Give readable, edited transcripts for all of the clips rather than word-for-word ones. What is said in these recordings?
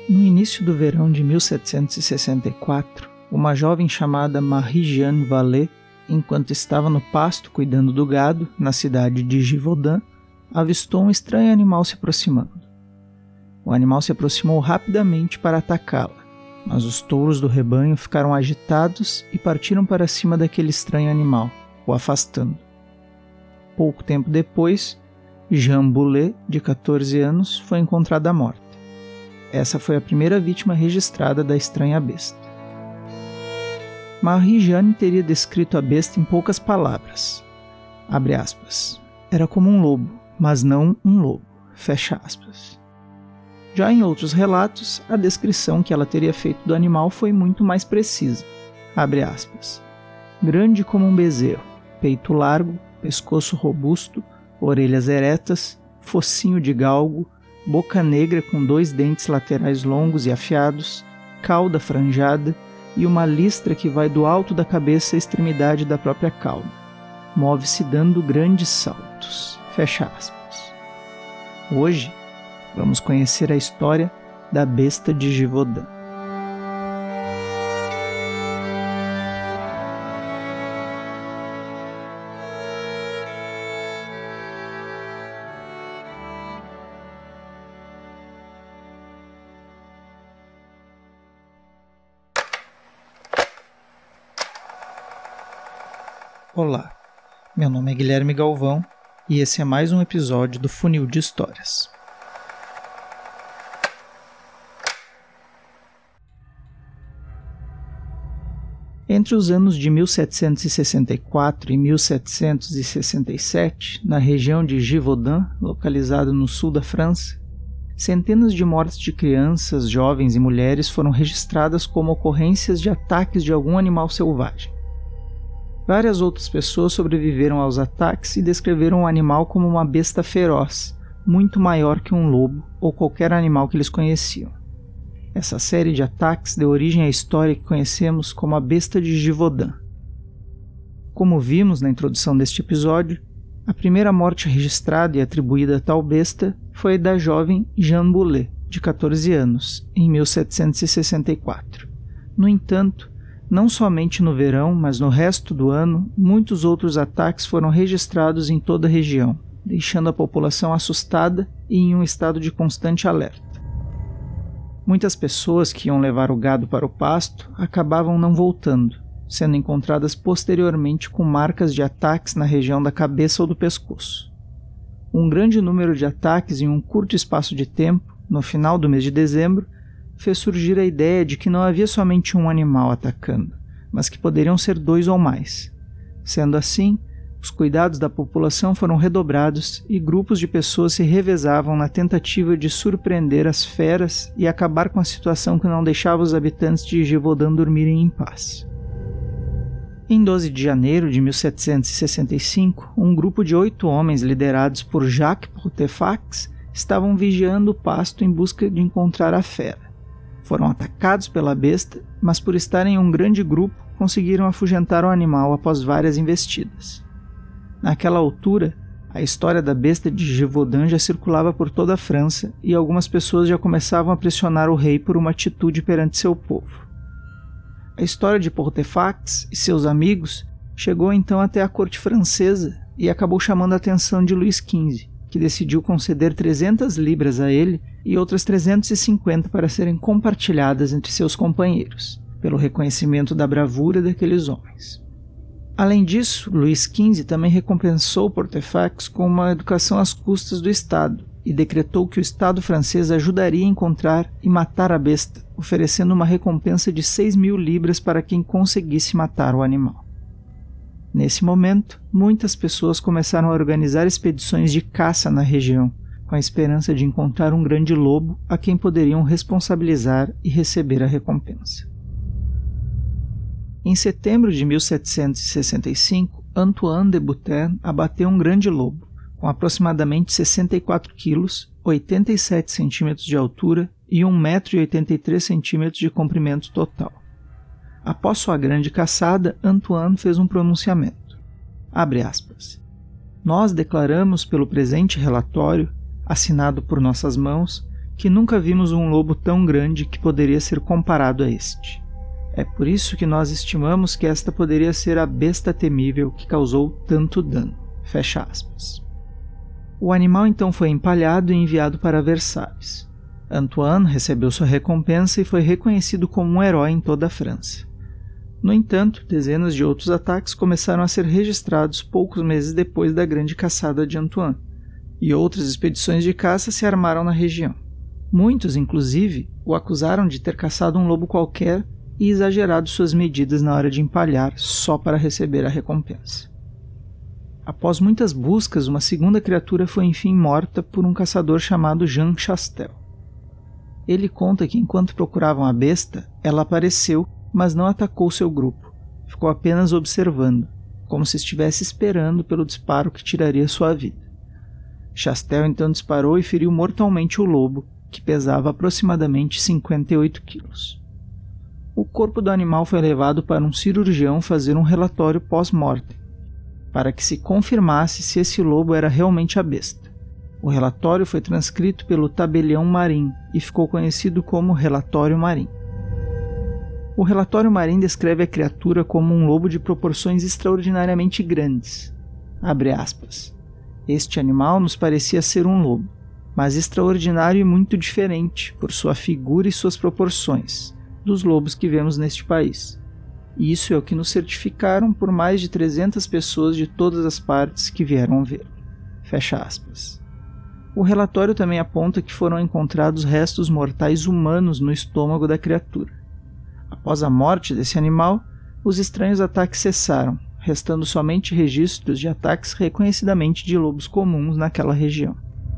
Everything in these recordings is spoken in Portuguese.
No início do verão de 1764, uma jovem chamada Marie-Jeanne Vallée, enquanto estava no pasto cuidando do gado, na cidade de Givaudan, avistou um estranho animal se aproximando. O animal se aproximou rapidamente para atacá-la, mas os touros do rebanho ficaram agitados e partiram para cima daquele estranho animal, o afastando. Pouco tempo depois, Jeanne Boulet, de 14 anos, foi encontrada morta. Essa foi a primeira vítima registrada da estranha besta. Marie-Jeanne teria descrito a besta em poucas palavras. Abre aspas. Era como um lobo, mas não um lobo. Fecha aspas. Já em outros relatos, a descrição que ela teria feito do animal foi muito mais precisa. Abre aspas. Grande como um bezerro, peito largo, pescoço robusto, orelhas eretas, focinho de galgo, boca negra com 2 dentes laterais longos e afiados, cauda franjada e uma listra que vai do alto da cabeça à extremidade da própria cauda. Move-se dando grandes saltos. Fecha aspas. Hoje, vamos conhecer a história da besta de Givaudan. Olá, meu nome é Guilherme Galvão e esse é mais um episódio do Funil de Histórias. Entre os anos de 1764 e 1767, na região de Givaudan, localizada no sul da França, centenas de mortes de crianças, jovens e mulheres foram registradas como ocorrências de ataques de algum animal selvagem. Várias outras pessoas sobreviveram aos ataques e descreveram o animal como uma besta feroz, muito maior que um lobo ou qualquer animal que eles conheciam. Essa série de ataques deu origem à história que conhecemos como a besta de Givaudan. Como vimos na introdução deste episódio, a primeira morte registrada e atribuída a tal besta foi a da jovem Jeanne Boulet, de 14 anos, em 1764. No entanto, não somente no verão, mas no resto do ano, muitos outros ataques foram registrados em toda a região, deixando a população assustada e em um estado de constante alerta. Muitas pessoas que iam levar o gado para o pasto acabavam não voltando, sendo encontradas posteriormente com marcas de ataques na região da cabeça ou do pescoço. Um grande número de ataques em um curto espaço de tempo, no final do mês de dezembro, fez surgir a ideia de que não havia somente um animal atacando, mas que poderiam ser 2 ou mais. Sendo assim, os cuidados da população foram redobrados e grupos de pessoas se revezavam na tentativa de surpreender as feras e acabar com a situação que não deixava os habitantes de Givaudan dormirem em paz. Em 12 de janeiro de 1765, um grupo de 8 homens liderados por Jacques Portefax estavam vigiando o pasto em busca de encontrar a fera. Foram atacados pela besta, mas por estarem em um grande grupo, conseguiram afugentar o animal após várias investidas. Naquela altura, a história da besta de Givaudan já circulava por toda a França e algumas pessoas já começavam a pressionar o rei por uma atitude perante seu povo. A história de Portefax e seus amigos chegou então até a corte francesa e acabou chamando a atenção de Luís XV, que decidiu conceder 300 libras a ele e outras 350 para serem compartilhadas entre seus companheiros, pelo reconhecimento da bravura daqueles homens. Além disso, Luís XV também recompensou Portefax com uma educação às custas do Estado e decretou que o Estado francês ajudaria a encontrar e matar a besta, oferecendo uma recompensa de 6.000 libras para quem conseguisse matar o animal. Nesse momento, muitas pessoas começaram a organizar expedições de caça na região, com a esperança de encontrar um grande lobo a quem poderiam responsabilizar e receber a recompensa. Em setembro de 1765, Antoine de Boutin abateu um grande lobo, com aproximadamente 64 quilos, 87 centímetros de altura e 1,83 m de comprimento total. Após sua grande caçada, Antoine fez um pronunciamento. Abre aspas. Nós declaramos pelo presente relatório, assinado por nossas mãos, que nunca vimos um lobo tão grande que poderia ser comparado a este. É por isso que nós estimamos que esta poderia ser a besta temível que causou tanto dano. Fecha aspas. O animal então foi empalhado e enviado para Versalhes. Antoine recebeu sua recompensa e foi reconhecido como um herói em toda a França. No entanto, dezenas de outros ataques começaram a ser registrados poucos meses depois da grande caçada de Antoine, e outras expedições de caça se armaram na região. Muitos, inclusive, o acusaram de ter caçado um lobo qualquer e exagerado suas medidas na hora de empalhar só para receber a recompensa. Após muitas buscas, uma segunda criatura foi enfim morta por um caçador chamado Jean Chastel. Ele conta que enquanto procuravam a besta, ela apareceu, mas não atacou seu grupo. Ficou apenas observando, como se estivesse esperando pelo disparo que tiraria sua vida. Chastel então disparou e feriu mortalmente o lobo, que pesava aproximadamente 58 quilos. O corpo do animal foi levado para um cirurgião fazer um relatório pós-mortem, para que se confirmasse se esse lobo era realmente a besta. O relatório foi transcrito pelo tabelião Marin e ficou conhecido como Relatório Marin. O Relatório Marin descreve a criatura como um lobo de proporções extraordinariamente grandes. Abre aspas. Este animal nos parecia ser um lobo, mas extraordinário e muito diferente por sua figura e suas proporções dos lobos que vemos neste país. E isso é o que nos certificaram por mais de 300 pessoas de todas as partes que vieram ver. Fecha aspas. O relatório também aponta que foram encontrados restos mortais humanos no estômago da criatura. Após a morte desse animal, os estranhos ataques cessaram, restando somente registros de ataques reconhecidamente de lobos comuns naquela região.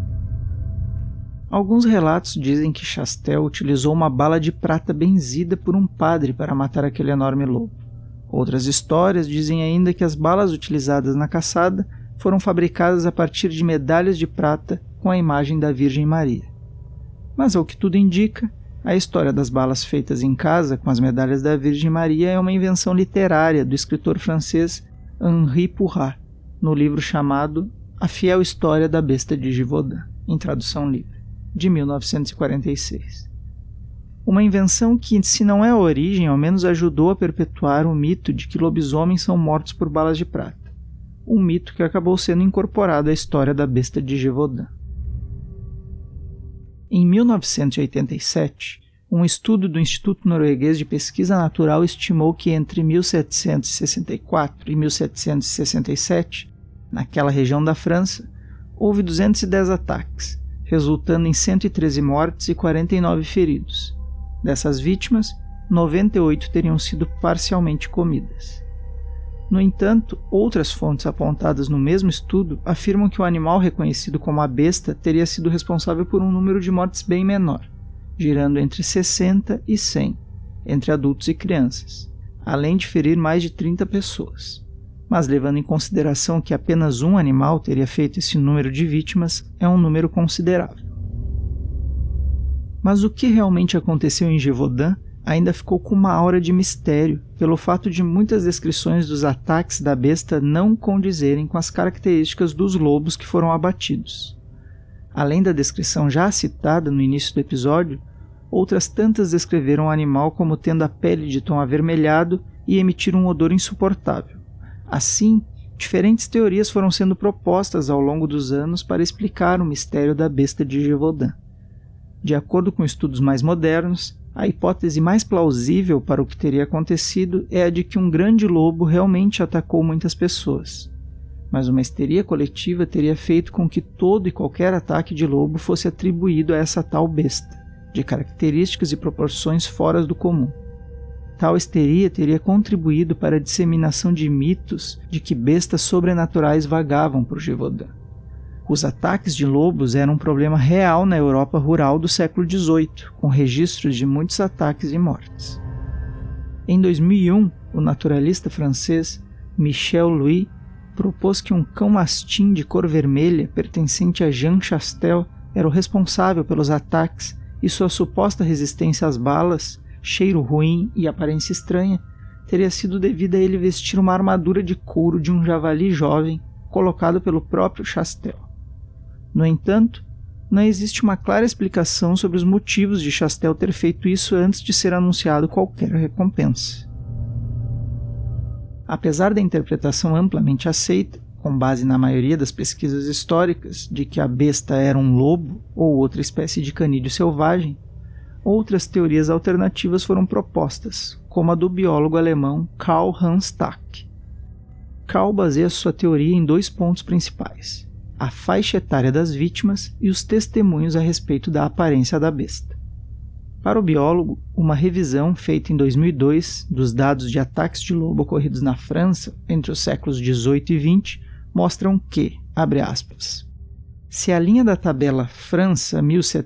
Alguns relatos dizem que Chastel utilizou uma bala de prata benzida por um padre para matar aquele enorme lobo. Outras histórias dizem ainda que as balas utilizadas na caçada foram fabricadas a partir de medalhas de prata com a imagem da Virgem Maria. Mas, ao que tudo indica, a história das balas feitas em casa com as medalhas da Virgem Maria é uma invenção literária do escritor francês Henri Pourrat, no livro chamado A Fiel História da Besta de Gévaudan, em tradução livre, de 1946. Uma invenção que, se não é a origem, ao menos ajudou a perpetuar o mito de que lobisomens são mortos por balas de prata, um mito que acabou sendo incorporado à história da Besta de Gévaudan. Em 1987, um estudo do Instituto Norueguês de Pesquisa Natural estimou que entre 1764 e 1767, naquela região da França, houve 210 ataques, resultando em 113 mortes e 49 feridos. Dessas vítimas, 98 teriam sido parcialmente comidas. No entanto, outras fontes apontadas no mesmo estudo afirmam que o animal reconhecido como a besta teria sido responsável por um número de mortes bem menor, girando entre 60 e 100, entre adultos e crianças, além de ferir mais de 30 pessoas. Mas levando em consideração que apenas um animal teria feito esse número de vítimas, é um número considerável. Mas o que realmente aconteceu em Gévaudan ainda ficou com uma aura de mistério pelo fato de muitas descrições dos ataques da besta não condizerem com as características dos lobos que foram abatidos. Além da descrição já citada no início do episódio, outras tantas descreveram o animal como tendo a pele de tom avermelhado e emitir um odor insuportável. Assim, diferentes teorias foram sendo propostas ao longo dos anos para explicar o mistério da besta de Gévaudan. De acordo com estudos mais modernos, a hipótese mais plausível para o que teria acontecido é a de que um grande lobo realmente atacou muitas pessoas. Mas uma histeria coletiva teria feito com que todo e qualquer ataque de lobo fosse atribuído a essa tal besta, de características e proporções fora do comum. Tal histeria teria contribuído para a disseminação de mitos de que bestas sobrenaturais vagavam por Gévaudan. Os ataques de lobos eram um problema real na Europa rural do século XVIII, com registros de muitos ataques e mortes. Em 2001, o naturalista francês Michel Louis propôs que um cão mastim de cor vermelha pertencente a Jean Chastel era o responsável pelos ataques e sua suposta resistência às balas, cheiro ruim e aparência estranha teria sido devida a ele vestir uma armadura de couro de um javali jovem colocado pelo próprio Chastel. No entanto, não existe uma clara explicação sobre os motivos de Chastel ter feito isso antes de ser anunciado qualquer recompensa. Apesar da interpretação amplamente aceita, com base na maioria das pesquisas históricas, de que a besta era um lobo ou outra espécie de canídeo selvagem, outras teorias alternativas foram propostas, como a do biólogo alemão Karl Hans Thack. Karl baseia sua teoria em 2 pontos principais: a faixa etária das vítimas e os testemunhos a respeito da aparência da besta. Para o biólogo, uma revisão feita em 2002 dos dados de ataques de lobo ocorridos na França entre os séculos XVIII e XX mostram que, abre aspas, se a linha da tabela França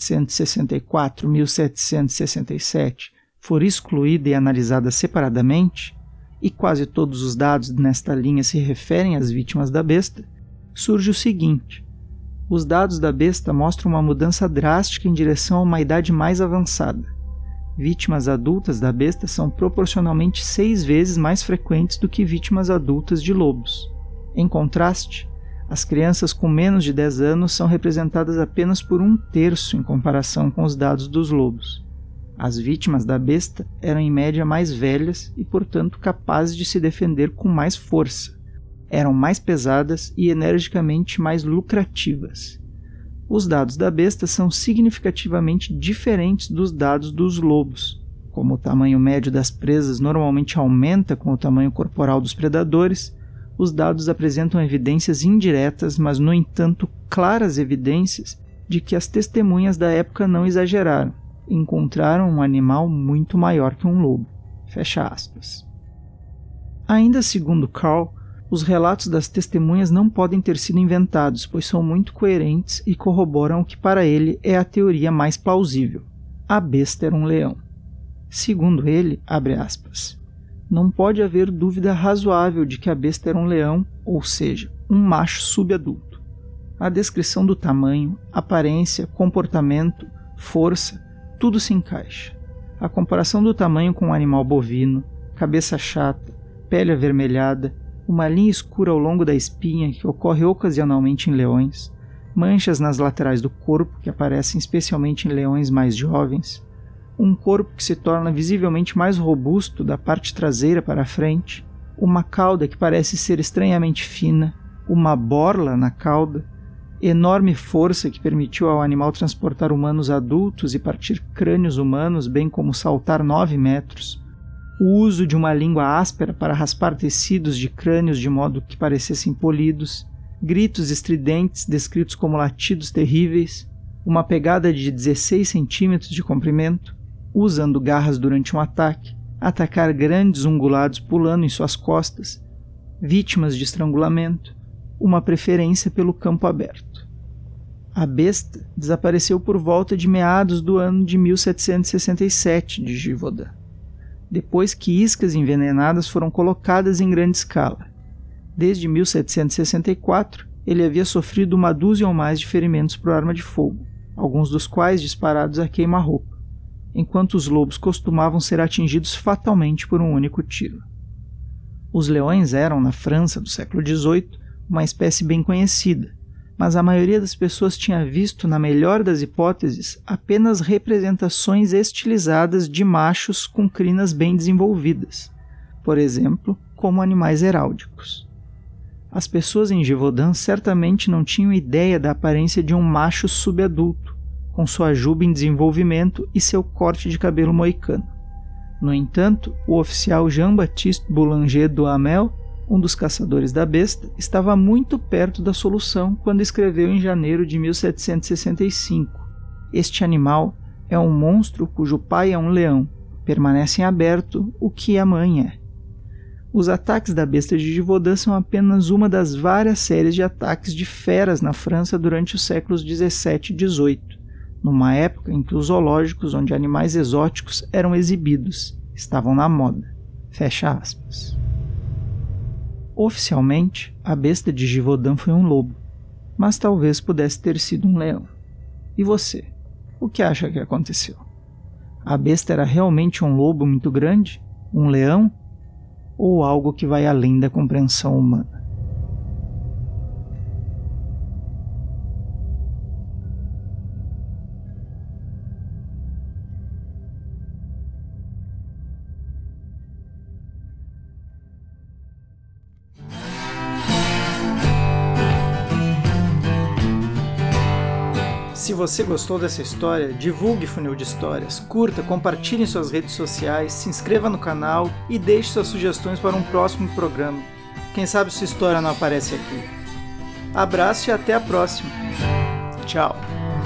1764-1767 for excluída e analisada separadamente, e quase todos os dados nesta linha se referem às vítimas da besta, surge o seguinte: os dados da besta mostram uma mudança drástica em direção a uma idade mais avançada. Vítimas adultas da besta são proporcionalmente 6 vezes mais frequentes do que vítimas adultas de lobos. Em contraste, as crianças com menos de 10 anos são representadas apenas por 1/3 em comparação com os dados dos lobos. As vítimas da besta eram em média mais velhas e, portanto, capazes de se defender com mais força. Eram mais pesadas e energicamente mais lucrativas. Os dados da besta são significativamente diferentes dos dados dos lobos. Como o tamanho médio das presas normalmente aumenta com o tamanho corporal dos predadores, os dados apresentam evidências indiretas, mas, no entanto, claras evidências de que as testemunhas da época não exageraram e encontraram um animal muito maior que um lobo. Fecha aspas. Ainda segundo Karl, os relatos das testemunhas não podem ter sido inventados, pois são muito coerentes e corroboram o que para ele é a teoria mais plausível. A besta era um leão. Segundo ele, abre aspas, não pode haver dúvida razoável de que a besta era um leão, ou seja, um macho subadulto. A descrição do tamanho, aparência, comportamento, força, tudo se encaixa. A comparação do tamanho com um animal bovino, cabeça chata, pele avermelhada, uma linha escura ao longo da espinha que ocorre ocasionalmente em leões, manchas nas laterais do corpo que aparecem especialmente em leões mais jovens, um corpo que se torna visivelmente mais robusto da parte traseira para a frente, uma cauda que parece ser estranhamente fina, uma borla na cauda, enorme força que permitiu ao animal transportar humanos adultos e partir crânios humanos, bem como saltar 9 metros, o uso de uma língua áspera para raspar tecidos de crânios de modo que parecessem polidos, gritos estridentes descritos como latidos terríveis, uma pegada de 16 centímetros de comprimento, usando garras durante um ataque, atacar grandes ungulados pulando em suas costas, vítimas de estrangulamento, uma preferência pelo campo aberto. A besta desapareceu por volta de meados do ano de 1767 de Givaudan, depois que iscas envenenadas foram colocadas em grande escala. Desde 1764, ele havia sofrido 12 ou mais de ferimentos por arma de fogo, alguns dos quais disparados a queima-roupa, enquanto os lobos costumavam ser atingidos fatalmente por um único tiro. Os leões eram, na França do século XVIII, uma espécie bem conhecida, mas a maioria das pessoas tinha visto, na melhor das hipóteses, apenas representações estilizadas de machos com crinas bem desenvolvidas, por exemplo, como animais heráldicos. As pessoas em Givaudan certamente não tinham ideia da aparência de um macho subadulto, com sua juba em desenvolvimento e seu corte de cabelo moicano. No entanto, o oficial Jean-Baptiste Boulanger Duhamel, um dos caçadores da besta, estava muito perto da solução quando escreveu em janeiro de 1765. Este animal é um monstro cujo pai é um leão. Permanece em aberto o que a mãe é. Os ataques da besta de Givaudan são apenas uma das várias séries de ataques de feras na França durante os séculos 17 e 18, numa época em que os zoológicos onde animais exóticos eram exibidos estavam na moda. Fecha aspas. Oficialmente, a besta de Givaudan foi um lobo, mas talvez pudesse ter sido um leão. E você? O que acha que aconteceu? A besta era realmente um lobo muito grande? Um leão? Ou algo que vai além da compreensão humana? Se você gostou dessa história, divulgue Funil de Histórias, curta, compartilhe em suas redes sociais, se inscreva no canal e deixe suas sugestões para um próximo programa. Quem sabe sua história não aparece aqui. Abraço e até a próxima. Tchau.